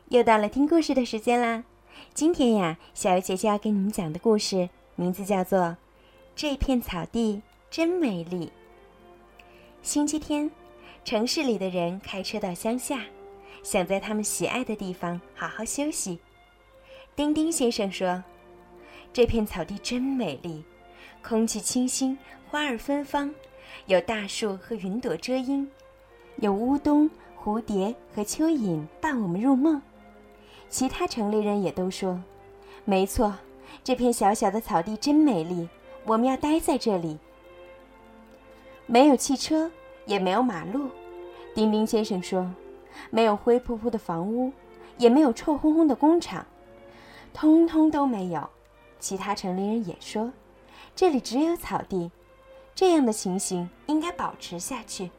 又到了听故事的时间啦！今天呀，小鱼姐姐要给你们讲的故事名字叫做《这片草地真美丽》。星期天，城市里的人开车到乡下，想在他们喜爱的地方好好休息。丁丁先生说：“这片草地真美丽，空气清新，花儿芬芳，有大树和云朵遮阴，有乌冬、蝴蝶和蚯蚓伴我们入梦。”其他城里人也都说：“没错，这片小小的草地真美丽，我们要待在这里。”没有汽车，也没有马路。丁丁先生说：“没有灰扑扑的房屋，也没有臭烘烘的工厂，通通都没有。”其他城里人也说：“这里只有草地，这样的情形应该保持下去。”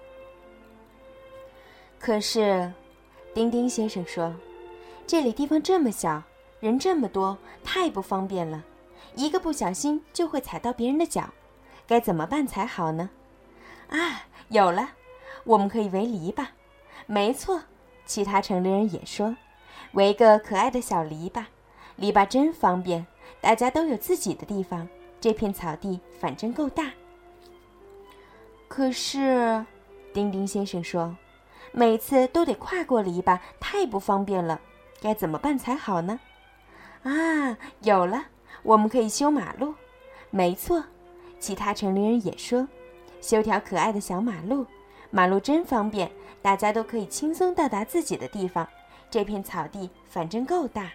可是，丁丁先生说：“这里地方这么小，人这么多，太不方便了，一个不小心就会踩到别人的脚，该怎么办才好呢？”啊，有了，我们可以围篱笆。没错，其他城里人也说，围个可爱的小篱笆，篱笆真方便，大家都有自己的地方，这片草地反正够大。可是，丁丁先生说，每次都得跨过篱笆，太不方便了，该怎么办才好呢？啊，有了，我们可以修马路。没错，其他城里人也说，修条可爱的小马路，马路真方便，大家都可以轻松到达自己的地方，这片草地反正够大。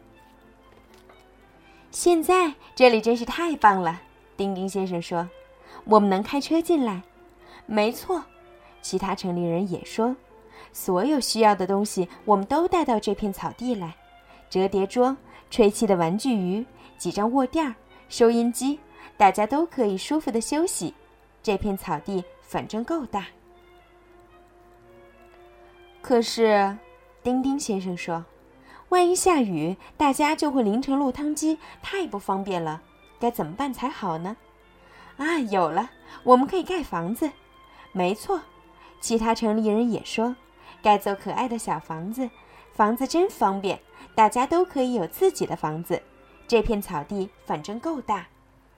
现在这里真是太棒了，丁丁先生说，我们能开车进来。没错，其他城里人也说，所有需要的东西我们都带到这片草地来，折叠桌、吹气的玩具鱼、几张卧垫、收音机，大家都可以舒服地休息，这片草地反正够大。可是，丁丁先生说，万一下雨，大家就会淋成落汤鸡，太不方便了，该怎么办才好呢？啊，有了，我们可以盖房子。没错，其他城里人也说，盖座可爱的小房子，房子真方便，大家都可以有自己的房子，这片草地反正够大。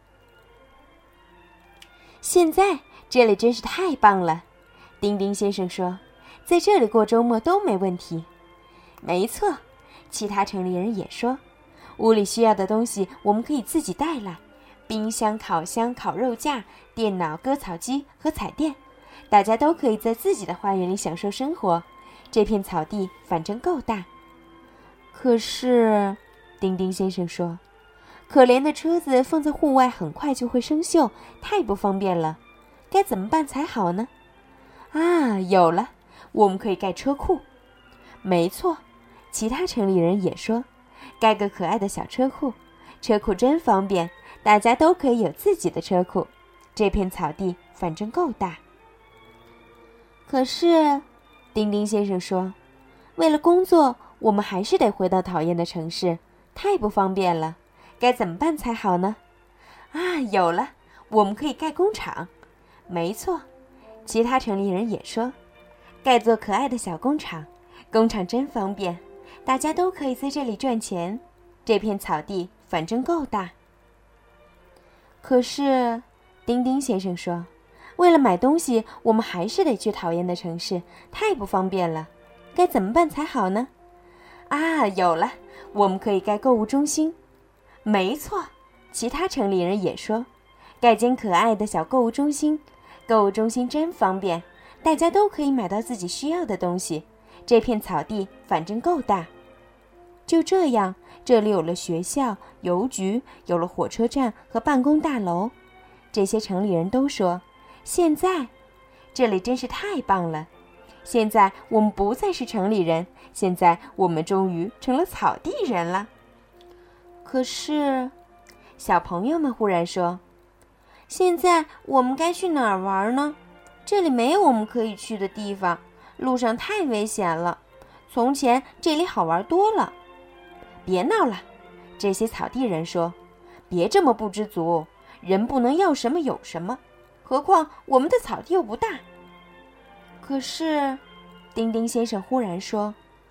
现在这里真是太棒了，丁丁先生说，在这里过周末都没问题。没错，其他城里人也说，屋里需要的东西我们可以自己带来，冰箱、烤箱、烤肉架、电脑、割草机和彩电，大家都可以在自己的花园里享受生活，这片草地反正够大。可是，丁丁先生说，可怜的车子放在户外很快就会生锈，太不方便了，该怎么办才好呢？啊，有了，我们可以盖车库。没错，其他城里人也说，盖个可爱的小车库，车库真方便，大家都可以有自己的车库，这片草地反正够大。可是，丁丁先生说，为了工作，我们还是得回到讨厌的城市，太不方便了，该怎么办才好呢？啊，有了，我们可以盖工厂。没错，其他城里人也说，盖座可爱的小工厂，工厂真方便，大家都可以在这里赚钱，这片草地反正够大。可是，丁丁先生说，为了买东西，我们还是得去讨厌的城市，太不方便了，该怎么办才好呢？啊，有了，我们可以盖购物中心。没错，其他城里人也说，盖间可爱的小购物中心，购物中心真方便，大家都可以买到自己需要的东西，这片草地反正够大。就这样，这里有了学校、邮局，有了火车站和办公大楼。这些城里人都说，现在这里真是太棒了，现在我们不再是城里人，现在我们终于成了草地人了。可是，小朋友们忽然说，现在我们该去哪儿玩呢？这里没有我们可以去的地方，路上太危险了，从前这里好玩多了。别闹了，这些草地人说，别这么不知足，人不能要什么有什么，何况我们的草地又不大。可是，丁丁先生忽然说，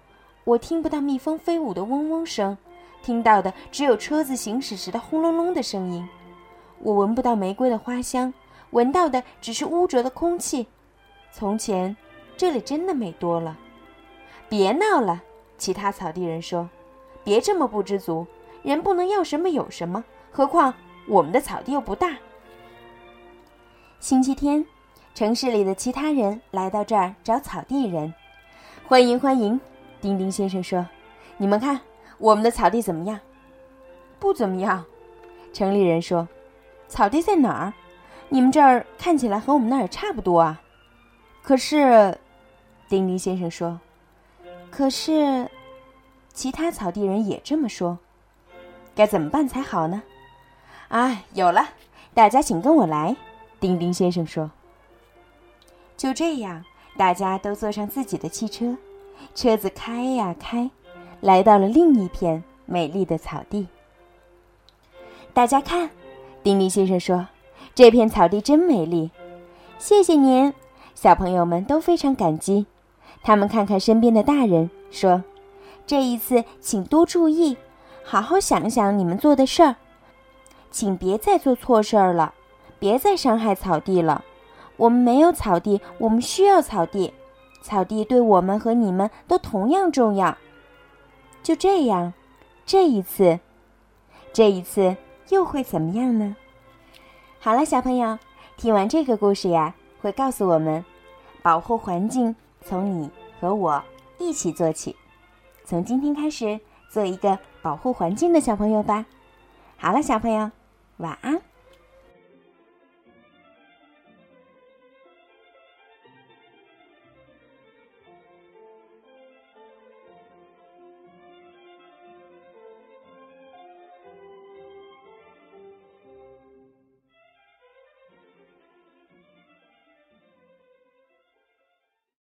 我听不到蜜蜂飞舞的嗡嗡声，听到的只有车子行驶时的轰隆隆的声音。我闻不到玫瑰的花香，闻到的只是污浊的空气。从前，这里真的美多了。别闹了，其他草地人说，别这么不知足，人不能要什么有什么，何况我们的草地又不大。星期天，城市里的其他人来到这儿找草地人。欢迎欢迎，丁丁先生说，你们看我们的草地怎么样？不怎么样，城里人说，草地在哪儿？你们这儿看起来和我们那儿差不多啊。可是，丁丁先生说，可是其他草地人也这么说。该怎么办才好呢？啊，有了，大家请跟我来，丁丁先生说。就这样，大家都坐上自己的汽车，车子开呀开，来到了另一片美丽的草地。大家看，丁丁先生说，这片草地真美丽。谢谢您，小朋友们都非常感激。他们看看身边的大人，说，这一次请多注意，好好想想你们做的事儿，请别再做错事儿了，别再伤害草地了。我们没有草地，我们需要草地，草地对我们和你们都同样重要。就这样，这一次又会怎么样呢？好了，小朋友，听完这个故事呀，会告诉我们，保护环境从你和我一起做起。从今天开始，做一个保护环境的小朋友吧。好了，小朋友，晚安。